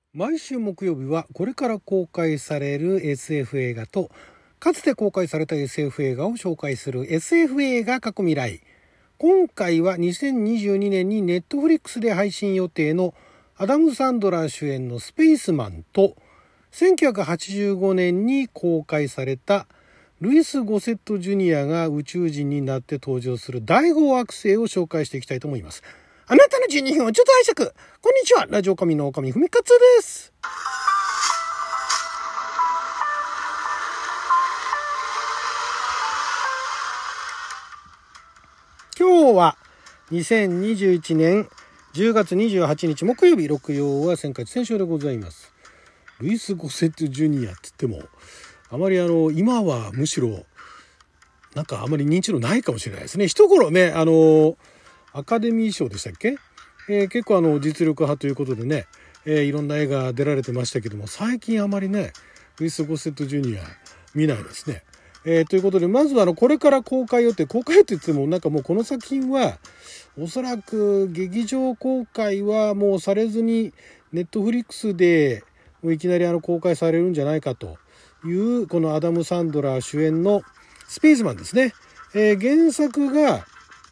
毎週木曜日はこれから公開される SF 映画とかつて公開された SF 映画を紹介する SF 映画過去未来。今回は2022年にネットフリックスで配信予定のアダム・サンドラー主演のスペースマンと1985年に公開されたルイス・ゴセット・ジュニアが宇宙人になって登場する第5惑星を紹介していきたいと思います。あなたの12分をちょっと拝借。こんにちは。ラジオ神の神ふみかつです。今日は2021年10月28日木曜日、録曜は先週でございます。ルイス・ゴセット・ジュニアって言ってもあまり今はむしろなんかあまり認知度ないかもしれないですね。一頃ねアカデミー賞でしたっけ、結構実力派ということでね、いろんな映画出られてましたけども、最近あまりねルイス・ゴセット・ジュニア見ないですね。ということで、まずはこれから公開予定って言ってもなんかもうこの作品はおそらく劇場公開はもうされずにネットフリックスでもういきなり公開されるんじゃないかというこのアダム・サンドラー主演のスペースマンですね。原作が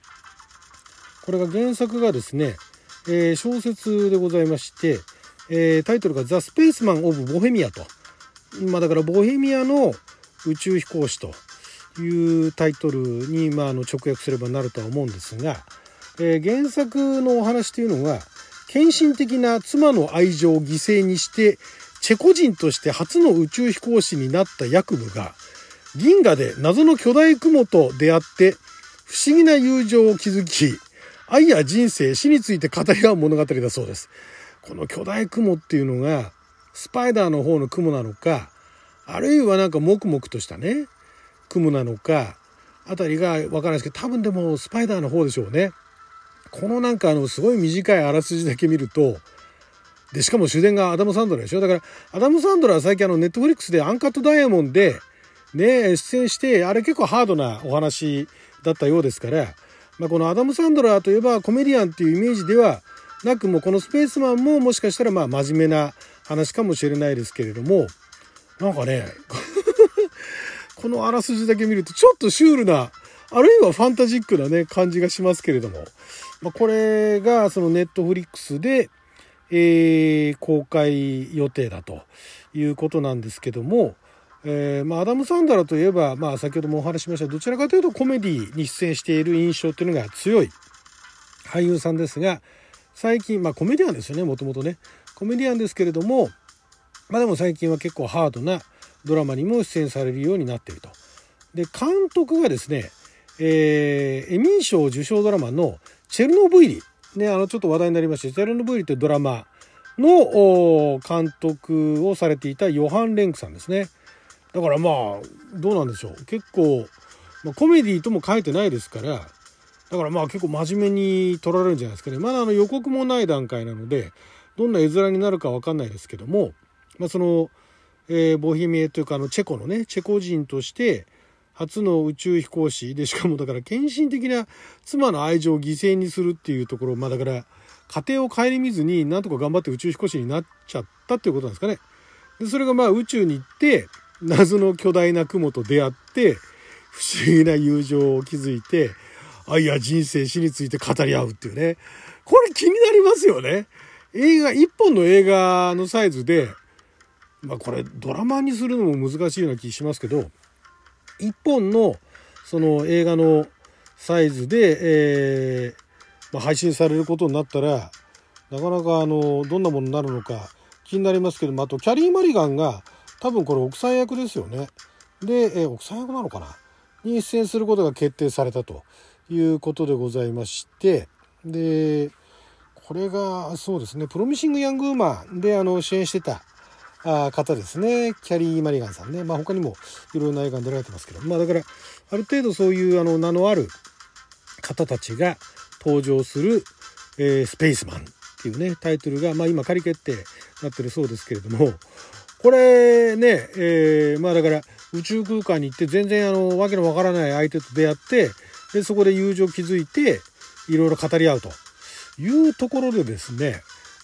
ですね、小説でございまして、タイトルがザ・スペースマン・オブ・ボヘミアと、だからボヘミアの宇宙飛行士というタイトルに、直訳すればなるとは思うんですが、原作のお話というのは献身的な妻の愛情を犠牲にしてチェコ人として初の宇宙飛行士になったヤクブが銀河で謎の巨大雲と出会って不思議な友情を築き、愛や人生、死について語り合う物語だそうです。この巨大雲っていうのがスパイダーの方の雲なのか、あるいはなんかもくもくとしたね雲なのかあたりがわからないですけど、多分でもスパイダーの方でしょうね。このなんかすごい短いあらすじだけ見ると、でしかも主演がアダム・サンドラーでしょ。だからアダム・サンドラーは最近ネットフリックスでアンカットダイヤモンドでね出演して、あれ結構ハードなお話だったようですから、このアダム・サンドラーといえばコメディアンっていうイメージではなく、もこのスペースマンももしかしたら真面目な話かもしれないですけれども、なんかねこのあらすじだけ見るとちょっとシュールな、あるいはファンタジックなね感じがしますけれども、これがそのネットフリックスで、公開予定だということなんですけども、アダム・サンドラーといえば、先ほどもお話ししました、どちらかというとコメディに出演している印象というのが強い俳優さんですが、最近コメディアンですよね、もともとねコメディアンですけれども、でも最近は結構ハードなドラマにも出演されるようになっていると。で、監督がですね、エミー賞受賞ドラマのチェルノブイリね、ちょっと話題になりました、チェルノブイリというドラマの監督をされていたヨハン・レンクさんですね。だからどうなんでしょう、結構、コメディとも書いてないですから、だから結構真面目に撮られるんじゃないですかね。まだ予告もない段階なのでどんな絵面になるか分かんないですけども、その、ボヘミアというかチェコのねチェコ人として初の宇宙飛行士で、しかもだから献身的な妻の愛情を犠牲にするっていうところ、だから家庭を顧みずになんとか頑張って宇宙飛行士になっちゃったっていうことなんですかね。でそれが宇宙に行って謎の巨大な雲と出会って不思議な友情を築いて愛や人生、死について語り合うっていうね、これ気になりますよね。一本の映画のサイズで、これドラマにするのも難しいような気しますけど、一本のその映画のサイズで、配信されることになったらなかなかどんなものになるのか気になりますけども、あとキャリー・マリガンが多分これ奥さん役ですよね。で、奥さん役なのかなに出演することが決定されたということでございまして、でこれがそうですね、プロミシング・ヤング・ウーマンで主演してた方ですね、キャリー・マリガンさんね。他にもいろんな映画に出られてますけど、だからある程度そういう名のある方たちが登場する、スペースマンっていうねタイトルが今仮決定なってるそうですけれども、これね、だから宇宙空間に行って全然わけのわからない相手と出会って、でそこで友情を築いていろいろ語り合うというところでですね、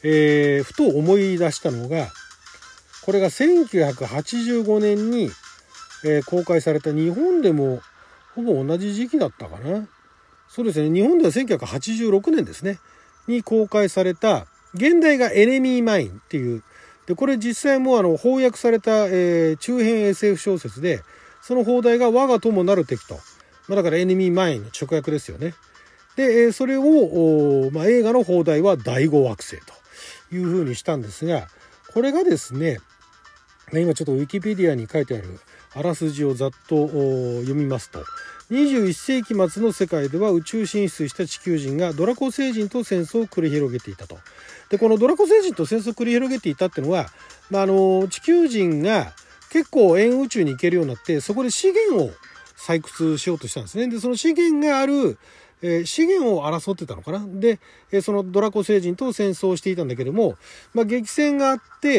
ふと思い出したのが、これが1985年に、公開された、日本でもほぼ同じ時期だったかな。そうですね、日本では1986年ですねに公開された、現代がエネミーマインっていう、でこれ実際も翻訳された、中編 SF 小説で、その放題が我が友なる敵と、だからエネミーマインの直訳ですよね。でそれを、映画の放題は第5惑星というふうにしたんですが、これがですね、今ちょっとウィキペディアに書いてあるあらすじをざっと読みますと、21世紀末の世界では宇宙進出した地球人がドラコ星人と戦争を繰り広げていたと。でこのドラコ星人と戦争を繰り広げていたっていうのは、地球人が結構遠宇宙に行けるようになって、そこで資源を採掘しようとしたんですね。でその資源がある、資源を争ってたのかな。でそのドラコ星人と戦争をしていたんだけども、激戦があって、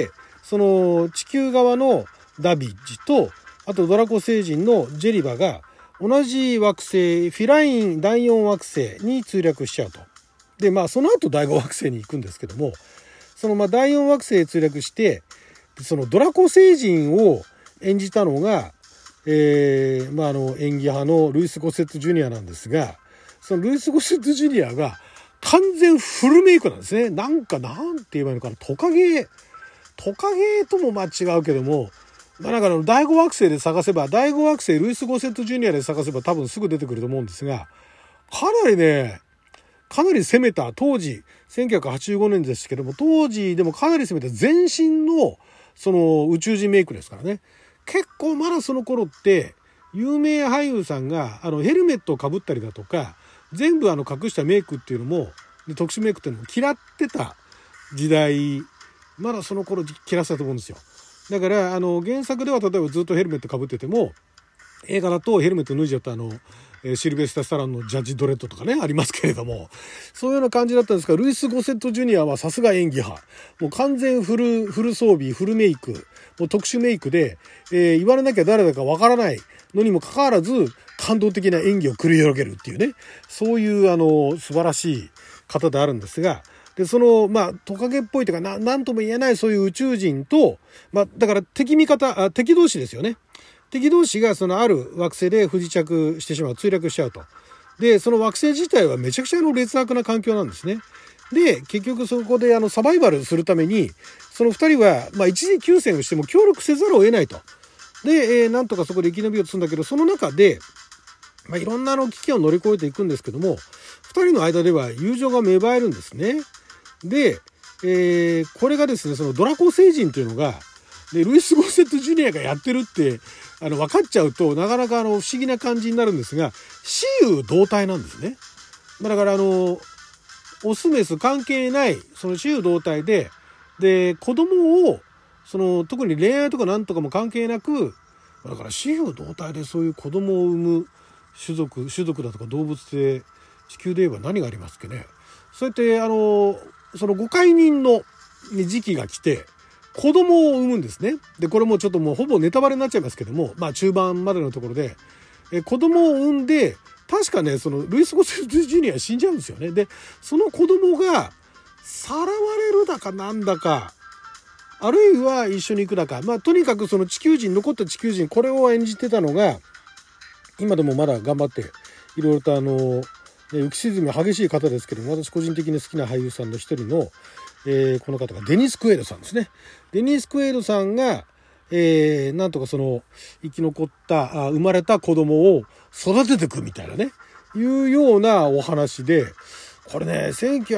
その地球側のダビッジと、あとドラコ星人のジェリバが同じ惑星フィライン第4惑星に墜落しちゃうと。でその後第5惑星に行くんですけども、その第4惑星へ墜落して、そのドラコ星人を演じたのが、演技派のルイス・ゴセット・ジュニアなんですが、そのルイス・ゴセット・ジュニアが完全フルメイクなんですね。なんて言えばいいのかな、トカゲとも違うけども、第5惑星で探せば、第5惑星ルイス・ゴセット・ジュニアで探せば多分すぐ出てくると思うんですが、かなり攻めた、当時1985年ですけども、当時でもかなり攻めた全身のその宇宙人メイクですからね。結構まだその頃って有名俳優さんがヘルメットをかぶったりだとか、全部隠したメイクっていうのも、特殊メイクっていうのも嫌ってた時代、まだその頃嫌ってたと思うんですよ。だから原作では例えばずっとヘルメットかぶってても、映画だとヘルメット脱いじゃったシルベスター・スタローンのジャッジ・ドレッドとかねありますけれども、そういうような感じだったんですが、ルイス・ゴセット・ジュニアはさすが演技派、もう完全フル装備、フルメイク、もう特殊メイクで、言われなきゃ誰だかわからないのにもかかわらず感動的な演技を繰り広げるっていうね、そういう素晴らしい方であるんですが、でそのトカゲっぽいというかなんとも言えないそういう宇宙人と、だから敵同士ですよね。敵同士がそのある惑星で不時着してしまう、墜落しちゃうと。でその惑星自体はめちゃくちゃ劣悪な環境なんですね。で結局そこでサバイバルするために、その2人は一時休戦をしても協力せざるを得ないと。で、なんとかそこで生き延びようとするんだけど、その中でいろんな危機を乗り越えていくんですけども、2人の間では友情が芽生えるんですね。で、これがですね、そのドラコ星人というのがルイス・ゴセット・ジュニアがやってるって分かっちゃうと、なかなか不思議な感じになるんですが、雌雄同体なんですね。だからオスメス関係ないその雌雄同体で、子供を特に恋愛とかなんとかも関係なく、だから雌雄同体でそういう子供を産む種族だとか動物で地球で言えば何がありますっけね。そうやってそのご懐妊の時期が来て子供を産むんですね。でこれもちょっともうほぼネタバレになっちゃいますけども、中盤までのところで子供を産んで、確かねそのルイス・ゴセット・ジュニア死んじゃうんですよね。でその子供がさらわれるだかなんだか、あるいは一緒に行くだか、とにかくその残った地球人、これを演じてたのが、今でもまだ頑張っていろいろと浮き沈み激しい方ですけども、私個人的に好きな俳優さんの一人の、この方がデニス・クエイドさんですね。デニス・クエイドさんが、なんとかその生き残った生まれた子供を育てていくみたいなね、いうようなお話で、これね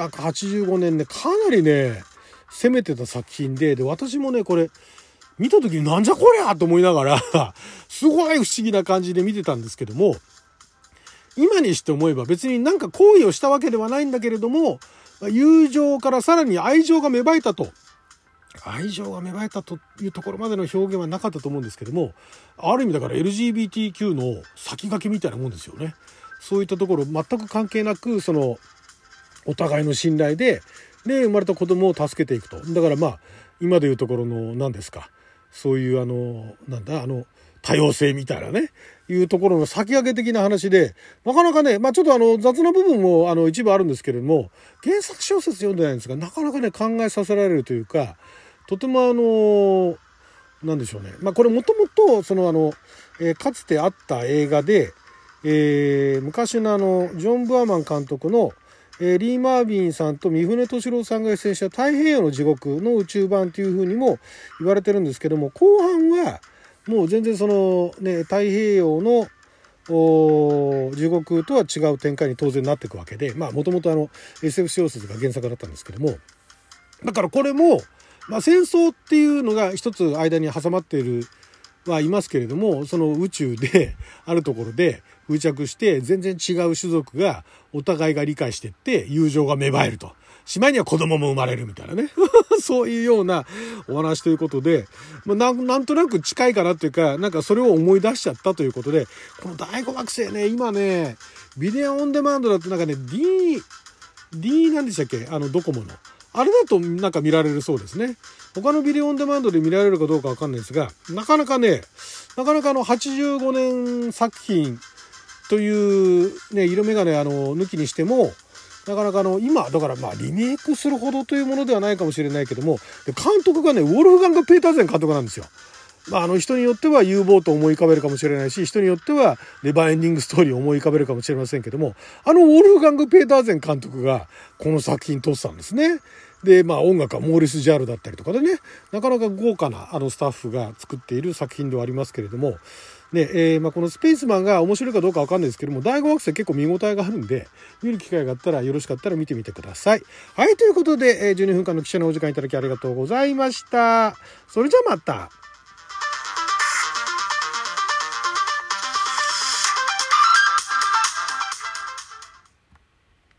1985年ねかなりね攻めてた作品で、私もねこれ見た時になんじゃこりゃと思いながらすごい不思議な感じで見てたんですけども、今にして思えば別になんか行為をしたわけではないんだけれども、友情からさらに愛情が芽生えたというところまでの表現はなかったと思うんですけども、ある意味だから LGBTQ の先駆けみたいなもんですよね。そういったところ全く関係なく、そのお互いの信頼で生まれた子供を助けていくと。だから今でいうところの何ですか、そういう多様性みたいなね、いうところの先駆け的な話で、なかなかね、ちょっと雑な部分も一部あるんですけれども、原作小説読んでないんですが、なかなかね、考えさせられるというか、とてもなんでしょうね。これもともと、かつてあった映画で、昔のジョン・ブアマン監督の、リー・マービンさんと三船敏郎さんが出演した太平洋の地獄の宇宙版というふうにも言われてるんですけども、後半はもう全然太平洋の地獄とは違う展開に当然なっていくわけで、もともとSF 小説が原作だったんですけども、だからこれも、戦争っていうのが一つ間に挟まっているはいますけれども、その宇宙であるところで癒着して全然違う種族がお互いが理解していって友情が芽生えると、しまいには子供も生まれるみたいなねそういうようなお話ということで、なんとなく近いかなというか、なんかそれを思い出しちゃったということで、この第5惑星ね、今ねビデオオンデマンドだとなんかね D なんでしたっけ、ドコモのあれだとなんか見られるそうですね。他のビデオオンデマンドで見られるかどうかわかんないですが、なかなか85年作品というね、色眼鏡抜きにしても、なかなか今、だからリメイクするほどというものではないかもしれないけども、監督がね、ウォルフガング・ペーターゼン監督なんですよ。人によっては U ボートを思い浮かべるかもしれないし、人によってはネバーエンディングストーリーを思い浮かべるかもしれませんけども、ウォルフガング・ペーターゼン監督がこの作品撮ってたんですね。で、音楽はモーリス・ジャールだったりとかでね、なかなか豪華なスタッフが作っている作品ではありますけれども、ね、このスペースマンが面白いかどうかわかんないですけども、第5惑星結構見応えがあるんで、見る機会があったらよろしかったら見てみてください。はい、ということで、12分間の記者のお時間いただきありがとうございました。それじゃあまた。